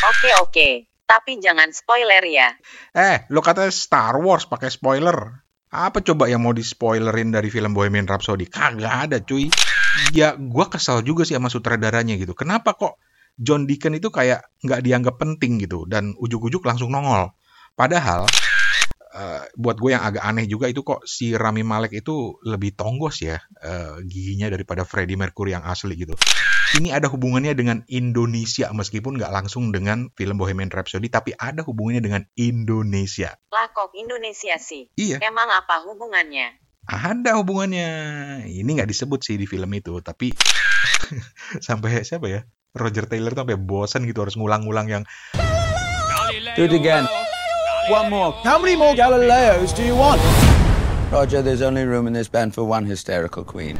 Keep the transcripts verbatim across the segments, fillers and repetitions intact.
Oke oke, tapi jangan spoiler ya. Eh, lo kata Star Wars pakai spoiler. Apa coba yang mau di-spoilerin dari film Bohemian Rhapsody? Kagak ada, cuy. Ya, gua kesal juga sih sama sutradaranya gitu. Kenapa kok John Deacon itu kayak nggak dianggap penting gitu, dan ujuk-ujuk langsung nongol. Padahal, uh, buat gue yang agak aneh juga itu kok si Rami Malek itu lebih tonggos ya uh, giginya daripada Freddie Mercury yang asli gitu. Ini ada hubungannya dengan Indonesia, meskipun nggak langsung dengan film Bohemian Rhapsody, tapi ada hubungannya dengan Indonesia. Lah kok Indonesia sih? Iya. Emang apa hubungannya? Ada hubungannya. Ini nggak disebut sih di film itu, tapi sampai siapa ya? Roger Taylor tuh sampai bosan gitu harus ngulang-ngulang yang Do it again. One more. How many more Galileos do you want? Roger, there's only room in this band for one hysterical queen.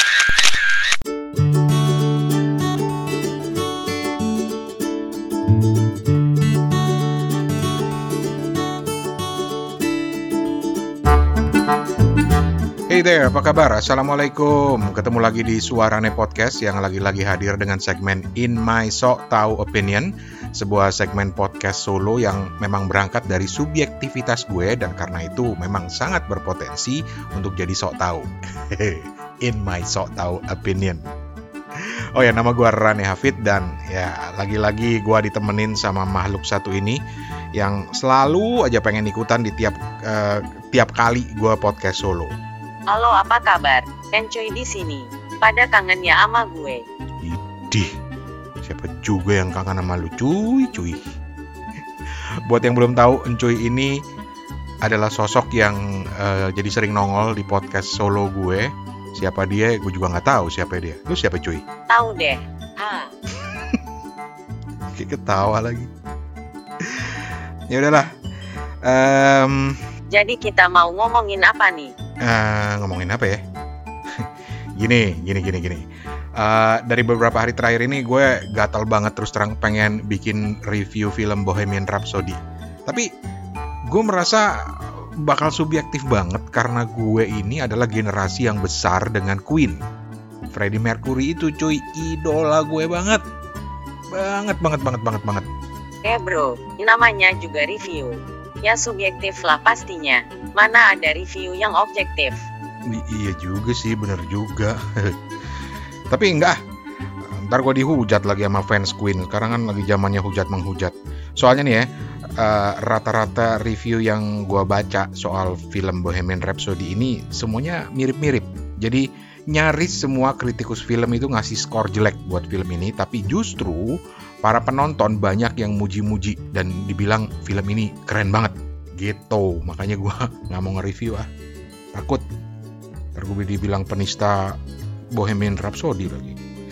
Hey there, apa kabar? Assalamualaikum. Ketemu lagi di Suarane Podcast yang lagi-lagi hadir dengan segmen In My Sok Tau Opinion, sebuah segmen podcast solo yang memang berangkat dari subjektivitas gue dan karena itu memang sangat berpotensi untuk jadi sok tahu. In My Sok Tau Opinion. Oh ya, nama gue Rane Hafid dan ya lagi-lagi gue ditemenin sama makhluk satu ini yang selalu aja pengen ikutan di tiap uh, tiap kali gue podcast solo. Halo, apa kabar? Encuy di sini. Pada kangen ya sama gue. Idih, siapa juga yang kangen sama lu, cuy, cuy. Buat yang belum tahu, Encuy ini adalah sosok yang uh, jadi sering nongol di podcast solo gue. Siapa dia, gue juga nggak tahu siapa dia. Lu siapa, cuy? Tahu deh. Ah. Kayak ketawa lagi. Ya udahlah. Um, Jadi kita mau ngomongin apa nih? Uh, ngomongin apa ya? gini, gini, gini, gini. Uh, dari beberapa hari terakhir ini gue gatal banget terus terang pengen bikin review film Bohemian Rhapsody. Tapi gue merasa bakal subjektif banget karena gue ini adalah generasi yang besar dengan Queen. Freddie Mercury itu cuy, idola gue banget. Banget, banget, banget, banget, banget. Eh bro, namanya juga review. Ya subjektif lah pastinya. Mana ada review yang objektif? I- iya juga sih, bener juga. Tapi enggak, ntar gue dihujat lagi sama fans Queen. Sekarang kan lagi zamannya hujat menghujat. Soalnya nih ya, uh, rata-rata review yang gue baca soal film Bohemian Rhapsody ini semuanya mirip-mirip. Jadi nyaris semua kritikus film itu ngasih skor jelek buat film ini. Tapi justru para penonton banyak yang muji-muji dan dibilang film ini keren banget gitu. Makanya gue gak mau nge-review ah, takut ntar gue dibilang penista Bohemian Rhapsody lagi.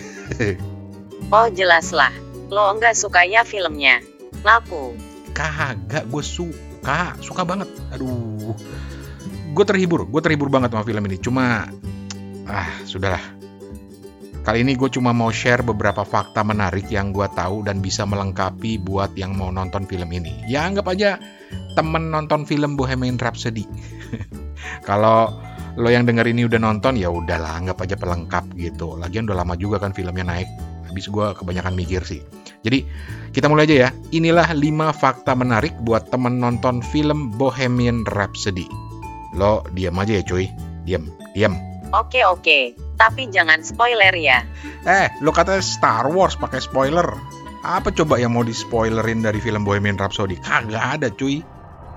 Oh jelas lah, lo enggak suka ya filmnya. Ngaku. Kagak, gue suka, suka banget. Aduh, gue terhibur, gue terhibur banget sama film ini. Cuma, ah sudahlah. Kali ini gue cuma mau share beberapa fakta menarik yang gue tahu dan bisa melengkapi buat yang mau nonton film ini. Ya anggap aja temen nonton film Bohemian Rhapsody. Kalau lo yang denger ini udah nonton, ya udahlah, anggap aja pelengkap gitu. Lagian udah lama juga kan filmnya naik. Habis gue kebanyakan mikir sih. Jadi kita mulai aja ya. Inilah lima fakta menarik buat temen nonton film Bohemian Rhapsody. Lo diam aja ya cuy. Diam, diam. Oke oke, tapi jangan spoiler ya. Eh, lo kata Star Wars pakai spoiler. Apa coba yang mau di-spoilerin dari film Bohemian Rhapsody? Kagak ada cuy.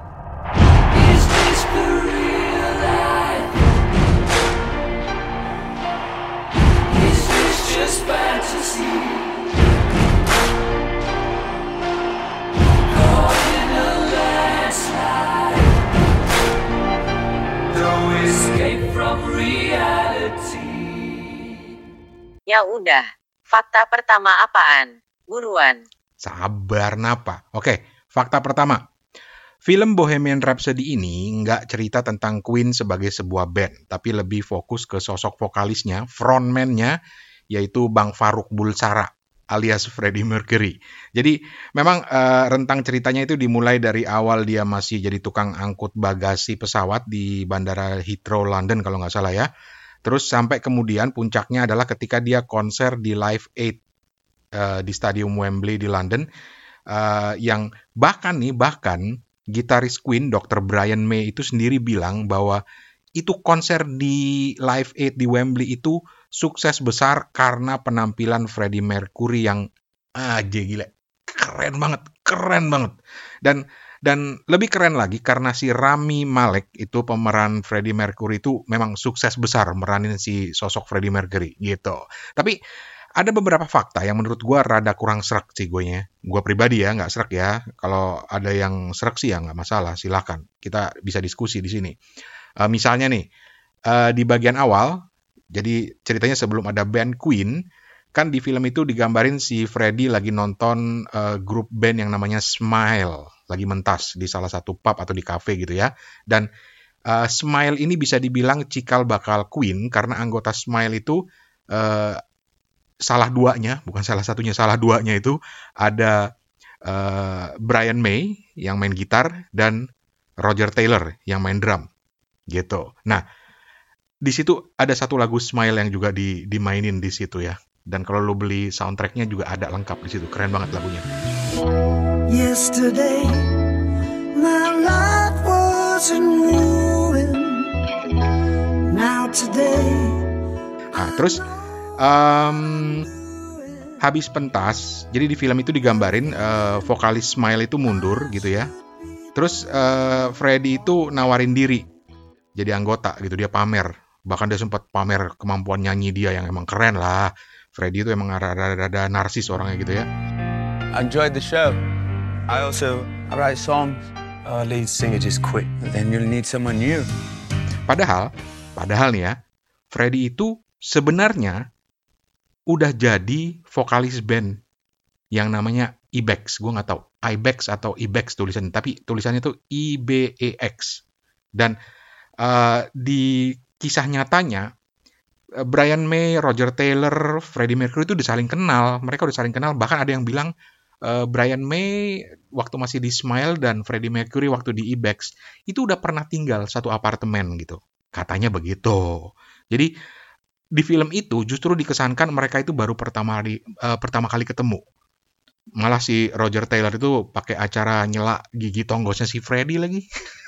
Ya udah, fakta pertama apaan? Buruan. Sabar napa? Oke, fakta pertama. Film Bohemian Rhapsody ini nggak cerita tentang Queen sebagai sebuah band, tapi lebih fokus ke sosok vokalisnya, frontman-nya, yaitu Bang Farouk Bulsara alias Freddie Mercury. Jadi memang uh, rentang ceritanya itu dimulai dari awal dia masih jadi tukang angkut bagasi pesawat di Bandara Heathrow, London kalau nggak salah ya. Terus sampai kemudian puncaknya adalah ketika dia konser di Live Aid uh, di Stadium Wembley di London. Uh, yang bahkan nih, bahkan gitaris Queen, dokter Brian May itu sendiri bilang bahwa itu konser di Live Aid di Wembley itu sukses besar karena penampilan Freddie Mercury yang aja gila. Keren banget, keren banget. Dan dan lebih keren lagi karena si Rami Malek itu pemeran Freddie Mercury itu memang sukses besar meranin si sosok Freddie Mercury gitu. Tapi ada beberapa fakta yang menurut gue rada kurang serak sih gue-nya. Gue pribadi ya, nggak serak ya. Kalau ada yang serak sih ya nggak masalah, silakan. Kita bisa diskusi di sini. Uh, misalnya nih, uh, di bagian awal, jadi ceritanya sebelum ada band Queen, kan di film itu digambarin si Freddie lagi nonton uh, grup band yang namanya Smile. Lagi mentas di salah satu pub atau di cafe gitu ya. Dan uh, Smile ini bisa dibilang cikal bakal Queen, karena anggota Smile itu... Uh, salah duanya, bukan salah satunya, salah duanya itu ada uh, Brian May yang main gitar dan Roger Taylor yang main drum, gitu. Nah, di situ ada satu lagu Smile yang juga di, dimainin di situ ya. Dan kalau lo beli soundtracknya juga ada lengkap di situ, keren banget lagunya. Yesterday, my life was in ruin. Now today. Nah, terus. Um, habis pentas, jadi di film itu digambarin uh, vokalis Smile itu mundur gitu ya. Terus uh, Freddie itu nawarin diri jadi anggota gitu, dia pamer. Bahkan dia sempat pamer kemampuan nyanyi dia yang emang keren lah. Freddie itu emang rada-rada narsis orangnya gitu ya. I enjoyed the show. I also write songs. Our lead singer just quit. Then you'll need someone new. Padahal, padahal nih ya, Freddie itu sebenarnya udah jadi vokalis band yang namanya Ibex. Gue nggak tahu Ibex atau Ibex tulisannya, tapi tulisannya tuh I B E X. Dan uh, di kisah nyatanya Brian May, Roger Taylor, Freddie Mercury itu udah saling kenal. Mereka udah saling kenal. Bahkan ada yang bilang uh, Brian May waktu masih di Smile dan Freddie Mercury waktu di Ibex itu udah pernah tinggal satu apartemen gitu. Katanya begitu. Jadi di film itu justru dikesankan mereka itu baru pertama kali uh, pertama kali ketemu. Malah si Roger Taylor itu pakai acara nyela gigi tonggosnya si Freddie lagi.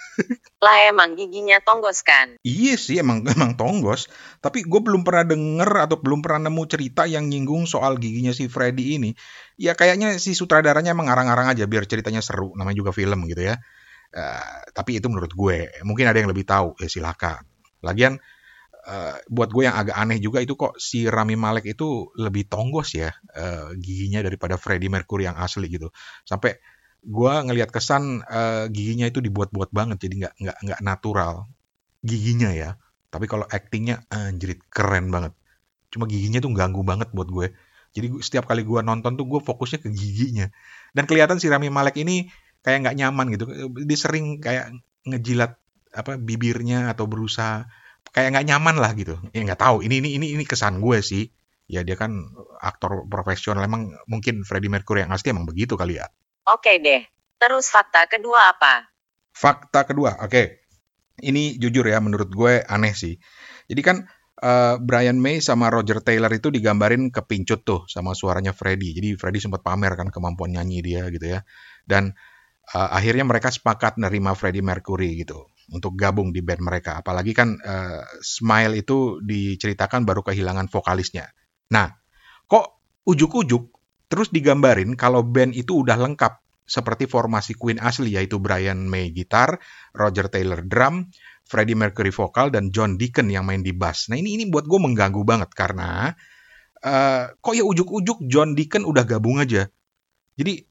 Lah emang giginya tonggos kan? Iya sih, emang emang tonggos. Tapi gue belum pernah denger atau belum pernah nemu cerita yang nyinggung soal giginya si Freddie ini. Ya kayaknya si sutradaranya emang ngarang-ngarang aja biar ceritanya seru. Namanya juga film gitu ya. Uh, tapi itu menurut gue. Mungkin ada yang lebih tahu, ya silakan. Lagian Uh, buat gue yang agak aneh juga itu kok si Rami Malek itu lebih tonggos ya uh, giginya daripada Freddie Mercury yang asli gitu. Sampai gue ngelihat kesan uh, giginya itu dibuat-buat banget, jadi nggak nggak nggak natural giginya ya. Tapi kalau actingnya anjrit keren banget. Cuma giginya tuh ganggu banget buat gue. Jadi setiap kali gue nonton tuh gue fokusnya ke giginya. Dan kelihatan si Rami Malek ini kayak nggak nyaman gitu. Dia sering kayak ngejilat apa bibirnya atau berusaha kayak nggak nyaman lah gitu. Ya nggak tahu. Ini ini ini ini kesan gue sih. Ya dia kan aktor profesional. Emang mungkin Freddie Mercury yang asli emang begitu kali ya. Oke deh. Terus fakta kedua apa? Fakta kedua, oke. Ini jujur ya menurut gue aneh sih. Jadi kan uh, Brian May sama Roger Taylor itu digambarin kepincut tuh sama suaranya Freddie. Jadi Freddie sempat pamer kan kemampuan nyanyi dia gitu ya. Dan uh, akhirnya mereka sepakat nerima Freddie Mercury gitu untuk gabung di band mereka. Apalagi kan uh, Smile itu diceritakan baru kehilangan vokalisnya. Nah, kok ujuk-ujuk terus digambarin kalau band itu udah lengkap seperti formasi Queen asli, yaitu Brian May gitar, Roger Taylor drum, Freddie Mercury vokal, dan John Deacon yang main di bass. Nah ini ini buat gue mengganggu banget karena uh, kok ya ujuk-ujuk John Deacon udah gabung aja. Jadi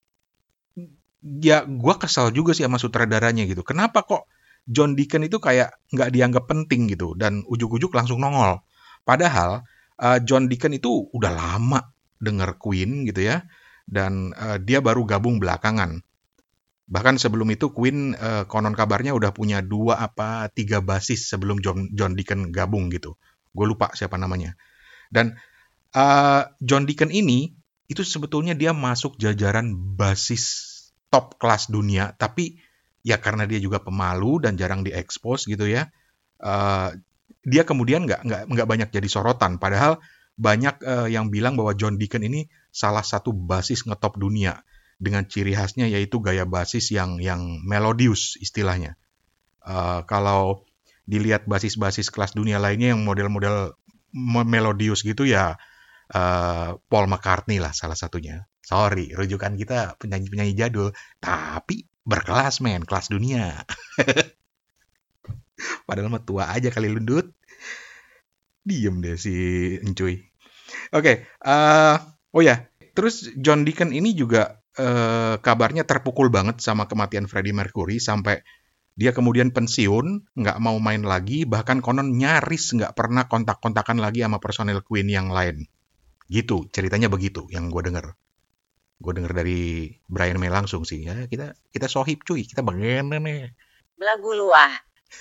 ya gue kesal juga sih sama sutradaranya gitu. Kenapa kok John Deacon itu kayak nggak dianggap penting gitu dan ujuk-ujuk langsung nongol. Padahal uh, John Deacon itu udah lama denger Queen gitu ya, dan uh, dia baru gabung belakangan. Bahkan sebelum itu Queen uh, konon kabarnya udah punya dua apa tiga basis sebelum John, John Deacon gabung gitu. Gue lupa siapa namanya. Dan uh, John Deacon ini itu sebetulnya dia masuk jajaran basis top kelas dunia, tapi ya karena dia juga pemalu dan jarang diekspos gitu ya, uh, dia kemudian nggak nggak nggak banyak jadi sorotan. Padahal banyak uh, yang bilang bahwa John Deacon ini salah satu basis ngetop dunia. dengan ciri khasnya yaitu gaya basis yang yang melodius istilahnya. Uh, kalau dilihat basis-basis kelas dunia lainnya yang model-model melodius gitu ya uh, Paul McCartney lah salah satunya. Sorry, rujukan kita penyanyi-penyanyi jadul, tapi berkelas men, kelas dunia. Padahal mah tua aja kali lundut. Diem deh si Encuy. Oke, okay, uh, oh ya, terus John Deacon ini juga uh, kabarnya terpukul banget sama kematian Freddie Mercury sampai dia kemudian pensiun, nggak mau main lagi, bahkan konon nyaris nggak pernah kontak-kontakan lagi sama personel Queen yang lain. Gitu, ceritanya begitu yang gue denger. Gue denger dari Brian May langsung sih. Ya, kita kita sohib cuy, kita bagaimana nih? Belagu luah.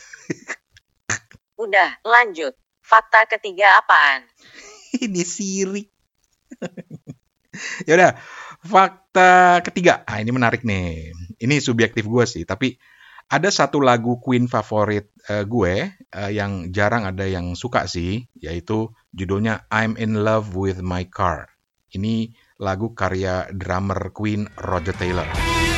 Udah, lanjut. Fakta ketiga apaan? Ini sirik. Yaudah, fakta ketiga. Ah, ini menarik nih. Ini subjektif gue sih, tapi ada satu lagu Queen favorit uh, gue uh, yang jarang ada yang suka sih, yaitu judulnya I'm in Love with My Car. Ini lagu karya drummer Queen Roger Taylor.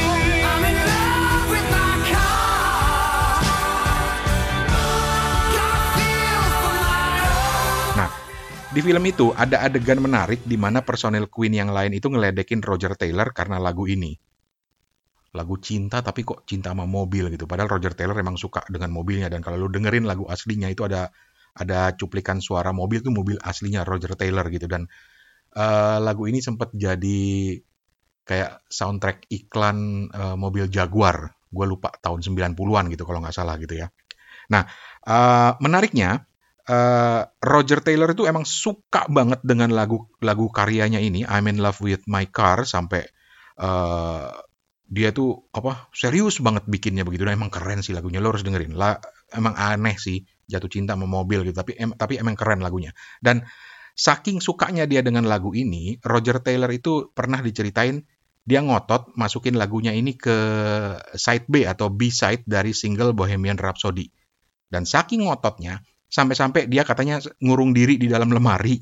Nah, di film itu ada adegan menarik di mana personel Queen yang lain itu ngeledekin Roger Taylor karena lagu ini. Lagu cinta tapi kok cinta sama mobil gitu. Padahal Roger Taylor emang suka dengan mobilnya, dan kalau lu dengerin lagu aslinya itu ada ada cuplikan suara mobil tuh mobil aslinya Roger Taylor gitu. Dan uh, lagu ini sempat jadi kayak soundtrack iklan uh, mobil Jaguar. Gue lupa tahun sembilan puluhan gitu kalau nggak salah gitu ya. Nah, uh, menariknya uh, Roger Taylor itu emang suka banget dengan lagu lagu karyanya ini, I'm in Love with My Car, sampai uh, dia tuh apa serius banget bikinnya begitu, dan emang keren sih lagunya, lo harus dengerin lah. Emang aneh sih jatuh cinta sama mobil gitu, tapi em, tapi emang keren lagunya. Dan saking sukanya dia dengan lagu ini, Roger Taylor itu pernah diceritain dia ngotot masukin lagunya ini ke side B atau B-side dari single Bohemian Rhapsody. Dan saking ngototnya, sampai-sampai dia katanya ngurung diri di dalam lemari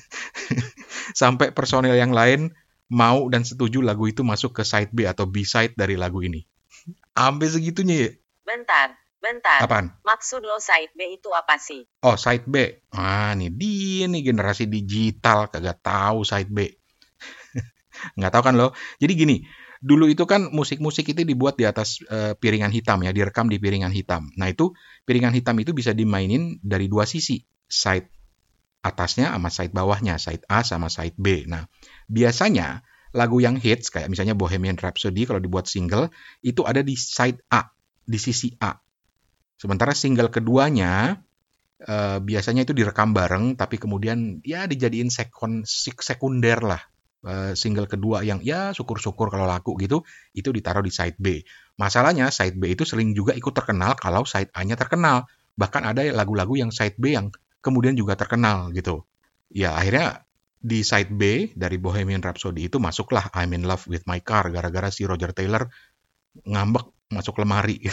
sampai personel yang lain mau dan setuju lagu itu masuk ke side B atau B-side dari lagu ini. Sampai segitunya ya? Bentar, bentar. Apaan? Maksud lo side B itu apa sih? Oh, side B. Ah, nih dia nih generasi digital, kagak tahu side B. Nggak tahu kan lo? Jadi gini, dulu itu kan musik-musik itu dibuat di atas uh, piringan hitam ya, direkam di piringan hitam. Nah itu, piringan hitam itu bisa dimainin dari dua sisi. Side atasnya sama side bawahnya, side A sama side B. Nah, biasanya lagu yang hits kayak misalnya Bohemian Rhapsody kalau dibuat single itu ada di side A, di sisi A. Sementara single keduanya eh, biasanya itu direkam bareng tapi kemudian ya dijadiin sekon, sekunder lah. Eh, single kedua yang ya syukur-syukur kalau laku gitu, itu ditaruh di side B. Masalahnya side B itu sering juga ikut terkenal kalau side A-nya terkenal. Bahkan ada lagu-lagu yang side B yang kemudian juga terkenal gitu. Ya akhirnya di side B dari Bohemian Rhapsody itu masuklah I'm in Love with My Car gara-gara si Roger Taylor ngambek masuk lemari.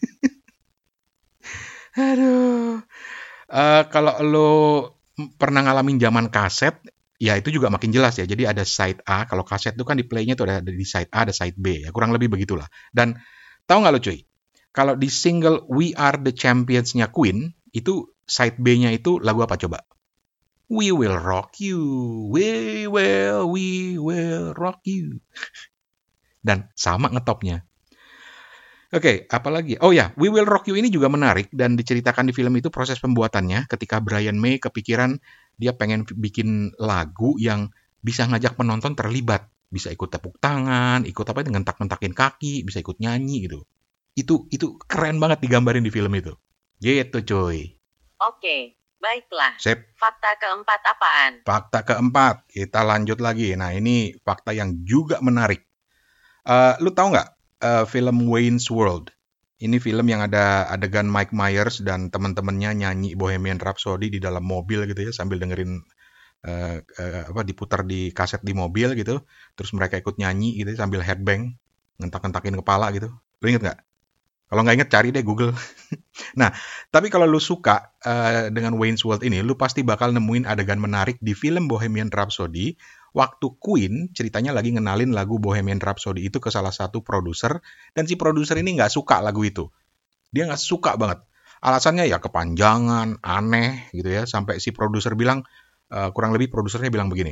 Aduh. Uh, kalau lo pernah ngalamin zaman kaset, ya itu juga makin jelas ya. Jadi ada side A, kalau kaset itu kan di play-nya itu ada di side A, ada side B. Ya kurang lebih begitulah. Dan tahu nggak lo cuy? Kalau di single We Are the Champions-nya Queen, itu side B-nya itu lagu apa coba? We will rock you, we will, we will rock you. Dan sama ngetopnya. Oke, okay, apalagi? Oh ya, We Will Rock You ini juga menarik dan diceritakan di film itu proses pembuatannya ketika Brian May kepikiran dia pengen bikin lagu yang bisa ngajak penonton terlibat. Bisa ikut tepuk tangan, ikut apa itu, ngentak-ngentakin kaki, bisa ikut nyanyi gitu. Itu itu keren banget digambarin di film itu. Gitu cuy. Oke, baiklah. Sip. Fakta keempat apaan? Fakta keempat, kita lanjut lagi. Nah ini fakta yang juga menarik. Uh, lu tahu nggak uh, film Wayne's World? Ini film yang ada adegan Mike Myers dan teman-temannya nyanyi Bohemian Rhapsody di dalam mobil gitu ya, sambil dengerin uh, uh, apa diputar di kaset di mobil gitu. Terus mereka ikut nyanyi gitu sambil headbang, ngentak-ngentakin kepala gitu. Lu inget nggak? Kalau nggak inget, cari deh Google. Nah, tapi kalau lu suka uh, dengan Wayne's World ini, lu pasti bakal nemuin adegan menarik di film Bohemian Rhapsody. waktu Queen ceritanya lagi ngenalin lagu Bohemian Rhapsody itu ke salah satu produser, dan si produser ini nggak suka lagu itu. Dia nggak suka banget. Alasannya ya kepanjangan, aneh gitu ya, sampai si produser bilang, uh, kurang lebih produsernya bilang begini,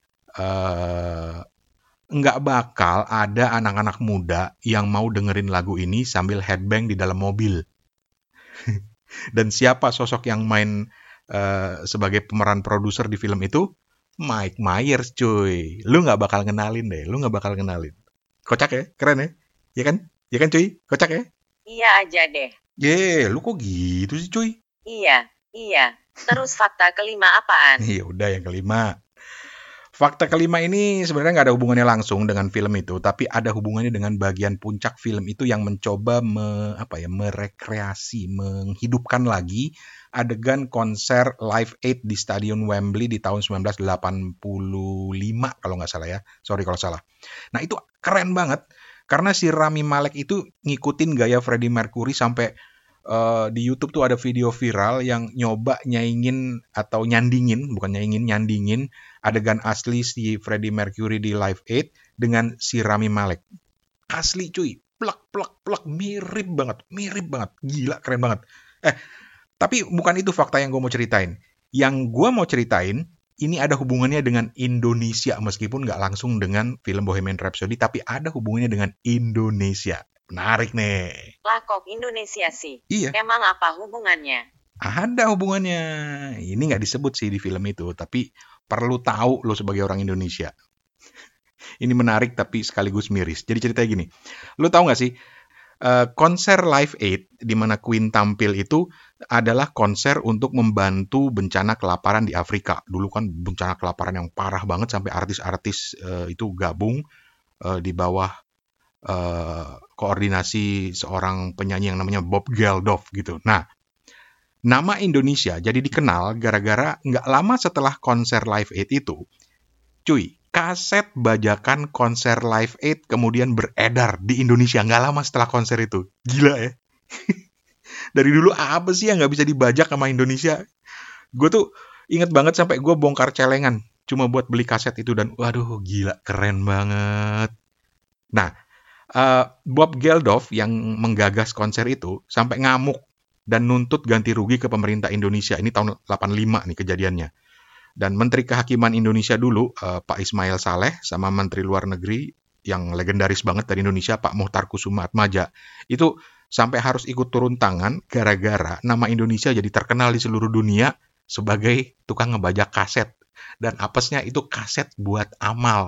uh, nggak bakal ada anak-anak muda yang mau dengerin lagu ini sambil headbang di dalam mobil. Dan siapa sosok yang main uh, sebagai pemeran produser di film itu? Mike Myers, cuy. Lu nggak bakal kenalin deh, lu nggak bakal kenalin. Kocak ya, keren ya, ya kan, ya kan cuy, kocak ya. Iya aja deh. Ye, lu kok gitu sih cuy? Iya, iya. Terus fakta kelima apaan? Ya udah yang kelima. Fakta kelima ini sebenarnya nggak ada hubungannya langsung dengan film itu, tapi ada hubungannya dengan bagian puncak film itu yang mencoba me, apa ya, merekreasi, menghidupkan lagi adegan konser Live Aid di Stadion Wembley di tahun sembilan belas delapan puluh lima kalau nggak salah ya. Sorry kalau salah. Nah itu keren banget karena si Rami Malek itu ngikutin gaya Freddie Mercury sampai uh, di YouTube tuh ada video viral yang nyoba nyaingin atau nyandingin, bukan nyaingin, nyandingin adegan asli si Freddie Mercury di Live Aid dengan si Rami Malek. Asli cuy, plak plak plak, mirip banget, mirip banget, gila keren banget. Eh, tapi bukan itu fakta yang gue mau ceritain. Yang gue mau ceritain, ini ada hubungannya dengan Indonesia, meskipun nggak langsung dengan film Bohemian Rhapsody, tapi ada hubungannya dengan Indonesia. Menarik nih. Lah kok Indonesia sih? Iya. Emang apa hubungannya? Ada hubungannya. Ini nggak disebut sih di film itu, tapi perlu tahu lo sebagai orang Indonesia. Ini menarik tapi sekaligus miris. Jadi ceritanya gini, lo tahu nggak sih uh, konser Live Aid di mana Queen tampil itu adalah konser untuk membantu bencana kelaparan di Afrika. Dulu kan bencana kelaparan yang parah banget sampai artis-artis uh, itu gabung uh, di bawah uh, koordinasi seorang penyanyi yang namanya Bob Geldof gitu. Nah, nama Indonesia jadi dikenal gara-gara nggak lama setelah konser Live Aid itu, cuy, kaset bajakan konser Live Aid kemudian beredar di Indonesia nggak lama setelah konser itu. Gila ya. Dari dulu apa sih yang nggak bisa dibajak sama Indonesia? Gue tuh inget banget sampai gue bongkar celengan cuma buat beli kaset itu, dan waduh gila, keren banget. Nah, uh, Bob Geldof yang menggagas konser itu sampai ngamuk dan nuntut ganti rugi ke pemerintah Indonesia. Ini tahun delapan puluh lima nih kejadiannya. Dan Menteri Kehakiman Indonesia dulu, uh, Pak Ismail Saleh, sama Menteri Luar Negeri yang legendaris banget dari Indonesia, Pak Muhtar Kusumaatmadja, itu sampai harus ikut turun tangan gara-gara nama Indonesia jadi terkenal di seluruh dunia sebagai tukang ngebajak kaset. Dan apesnya itu kaset buat amal.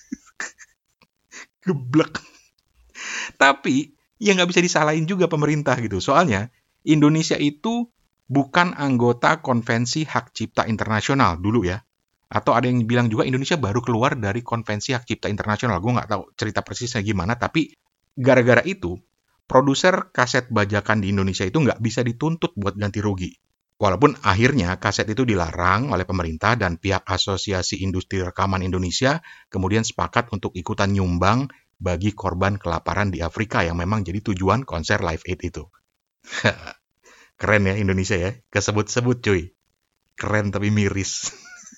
Geblek. Tapi ya nggak bisa disalahin juga pemerintah gitu. Soalnya Indonesia itu bukan anggota Konvensi Hak Cipta Internasional dulu ya. Atau ada yang bilang juga Indonesia baru keluar dari Konvensi Hak Cipta Internasional. Gue nggak tahu cerita persisnya gimana, tapi gara-gara itu, produser kaset bajakan di Indonesia itu nggak bisa dituntut buat ganti rugi. Walaupun akhirnya kaset itu dilarang oleh pemerintah dan pihak Asosiasi Industri Rekaman Indonesia kemudian sepakat untuk ikutan nyumbang bagi korban kelaparan di Afrika yang memang jadi tujuan konser Live Aid itu. Keren ya Indonesia ya, kesebut-sebut cuy. Keren tapi miris.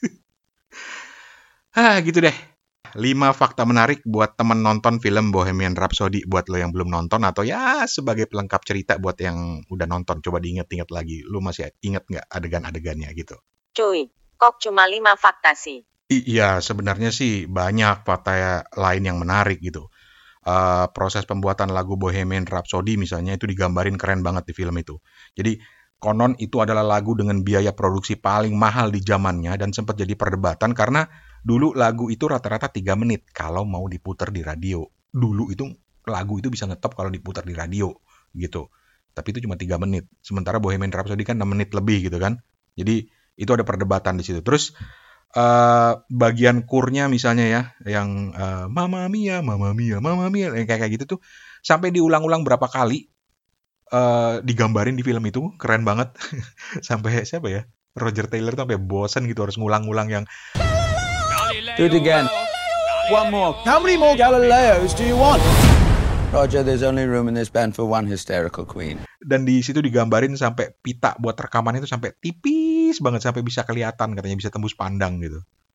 Ah gitu deh. lima fakta menarik buat temen nonton film Bohemian Rhapsody, buat lo yang belum nonton, atau ya sebagai pelengkap cerita buat yang udah nonton. Coba diinget-inget lagi, lo masih inget nggak adegan-adegannya gitu? Cuy, kok cuma lima fakta sih? Iya, sebenarnya sih banyak fakta lain yang menarik gitu. Uh, proses pembuatan lagu Bohemian Rhapsody misalnya itu digambarin keren banget di film itu. Jadi konon itu adalah lagu dengan biaya produksi paling mahal di zamannya dan sempat jadi perdebatan karena dulu lagu itu rata-rata tiga menit kalau mau diputar di radio. Dulu itu lagu itu bisa ngetop kalau diputar di radio gitu. Tapi itu cuma tiga menit. Sementara Bohemian Rhapsody kan enam menit lebih gitu kan. Jadi itu ada perdebatan di situ. Terus Uh, bagian kurnya misalnya ya, yang uh, Mamma Mia, Mamma Mia, Mamma Mia, yang kayak gitu tuh sampai diulang-ulang berapa kali uh, digambarin di film itu, keren banget. Sampai siapa ya, Roger Taylor tuh sampai bosan gitu harus ngulang-ngulang yang Do it again. One more. How many more Galileos do you want? Roger, there's only room in this band for one hysterical queen. Dan di situ digambarin sampai pita buat rekaman itu sampai tipis banget, sampai bisa kelihatan, katanya bisa tembus pandang gitu.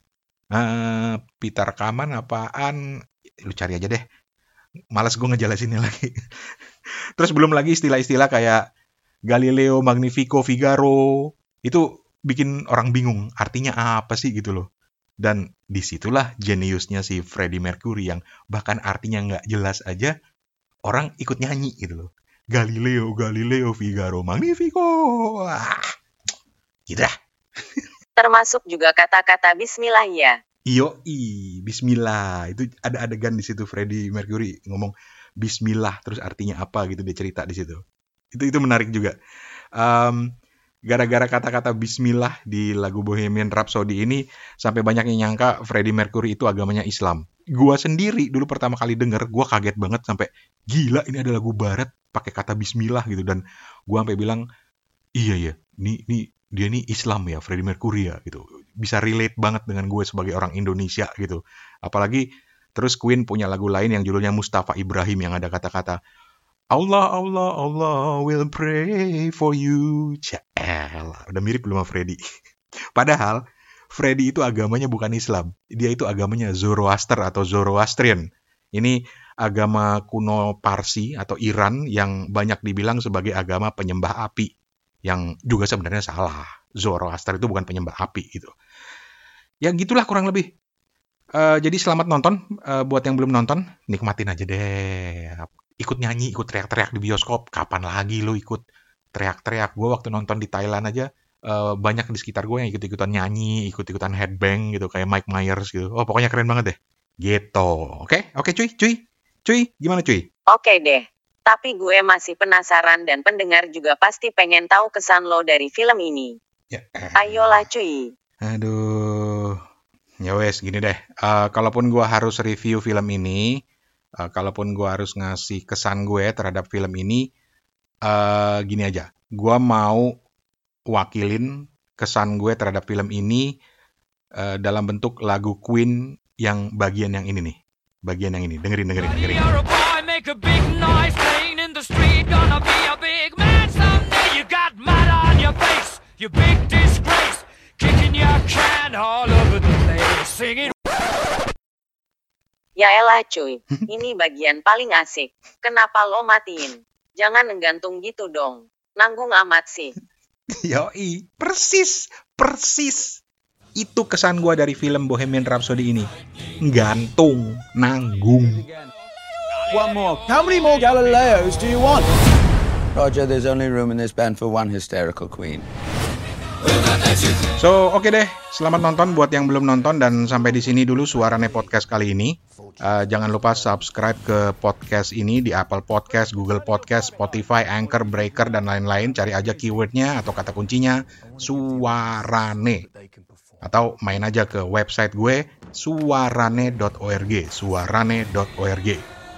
Uh, Peter Kaman apaan? Lu cari aja deh. Malas gue ngejelasinnya lagi. Terus belum lagi istilah-istilah kayak Galileo Magnifico Figaro. Itu bikin orang bingung. Artinya apa sih gitu loh. Dan disitulah jeniusnya si Freddie Mercury yang bahkan artinya nggak jelas aja orang ikut nyanyi gitu loh. Galileo, Galileo Figaro Magnifico. Ah, gitu dah. Termasuk juga kata-kata bismillah ya. Yoi, bismillah. Itu ada adegan di situ Freddie Mercury ngomong bismillah terus artinya apa gitu dia cerita di situ. Itu itu menarik juga. Um, gara-gara kata-kata bismillah di lagu Bohemian Rhapsody ini sampai banyak yang nyangka Freddie Mercury itu agamanya Islam. Gua sendiri dulu pertama kali denger, gua kaget banget sampai gila ini ada lagu barat pakai kata bismillah gitu dan gua sampai bilang iya ya, ini ini dia nih Islam ya, Freddie Mercury ya gitu. Bisa relate banget dengan gue sebagai orang Indonesia gitu. Apalagi terus Queen punya lagu lain yang judulnya Mustafa Ibrahim yang ada kata-kata Allah, Allah, Allah will pray for you. Cel, udah mirip belum sama Freddie. Padahal Freddie itu agamanya bukan Islam. Dia itu agamanya Zoroaster atau Zoroastrian. Ini agama kuno Parsi atau Iran yang banyak dibilang sebagai agama penyembah api. Yang juga sebenarnya salah. Zoroaster itu bukan penyembah api gitu. Ya gitulah kurang lebih. Uh, jadi selamat nonton. Uh, buat yang belum nonton, nikmatin aja deh. Ikut nyanyi, ikut teriak-teriak di bioskop. Kapan lagi lo ikut teriak-teriak? Gue waktu nonton di Thailand aja, uh, banyak di sekitar gue yang ikut-ikutan nyanyi, ikut-ikutan headbang gitu, kayak Mike Myers gitu. Oh pokoknya keren banget deh. Gitu. Oke, okay? Oke okay, cuy, cuy. Cuy, gimana cuy? Oke okay deh. Tapi gue masih penasaran dan pendengar juga pasti pengen tahu kesan lo dari film ini. Ya. Ayolah cuy. Aduh. Ya wes, gini deh. Uh, kalaupun gue harus review film ini, uh, kalaupun gue harus ngasih kesan gue terhadap film ini, uh, gini aja. Gue mau wakilin kesan gue terhadap film ini uh, dalam bentuk lagu Queen yang bagian yang ini nih. Bagian yang ini. Dengerin, dengerin, dengerin. Make a big noise playing in the street. Gonna be a big man someday. You got mud on your face. You big disgrace. Kicking your can all over the place. Singing. Ya elah cuy. Ini bagian paling asik. Kenapa lo matiin? Jangan ngegantung gitu dong. Nanggung amat sih. Yoi. Persis. Persis. Itu kesan gue dari film Bohemian Rhapsody ini. Gantung. Nanggung. One more. How many more Galileos do you want? Roger, there's only room in this band for one hysterical queen. So, oke okay deh. Selamat nonton buat yang belum nonton dan sampai di sini dulu Suarane Podcast kali ini. Uh, jangan lupa subscribe ke podcast ini di Apple Podcast, Google Podcast, Spotify, Anchor, Breaker dan lain-lain. Cari aja keywordnya atau kata kuncinya Suarane. Atau main aja ke website gue suarane dot org, suarane dot org.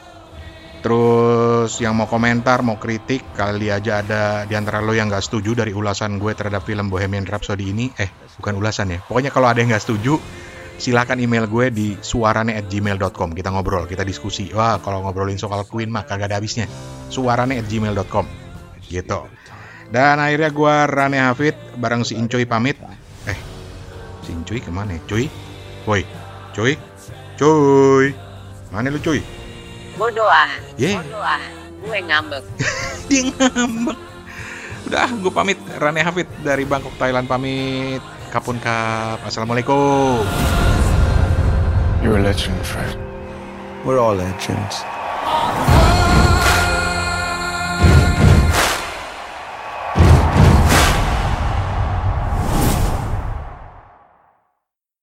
Terus yang mau komentar, mau kritik, kali aja ada di antara lo yang gak setuju dari ulasan gue terhadap film Bohemian Rhapsody ini. Eh, bukan ulasan ya. Pokoknya kalau ada yang gak setuju, silakan email gue di suarane at gmail dot com. Kita ngobrol, kita diskusi. Wah, kalau ngobrolin soal Queen mah kagak ada habisnya. suarane at gmail dot com. Gitu. Dan akhirnya gue Rane Hafid bareng si Incoy pamit. Eh, si Incoy kemana ya? Cuy? Woi, Cuy? Cuy? Mana lu Cuy? Bodoh ah, yeah. Bodoh ah, gue ngambek. Dia ngambek. Udah, gue pamit. Rane Hafid dari Bangkok, Thailand pamit. Kapun kap. Assalamualaikum. You're a legend, Fred. We're all legends.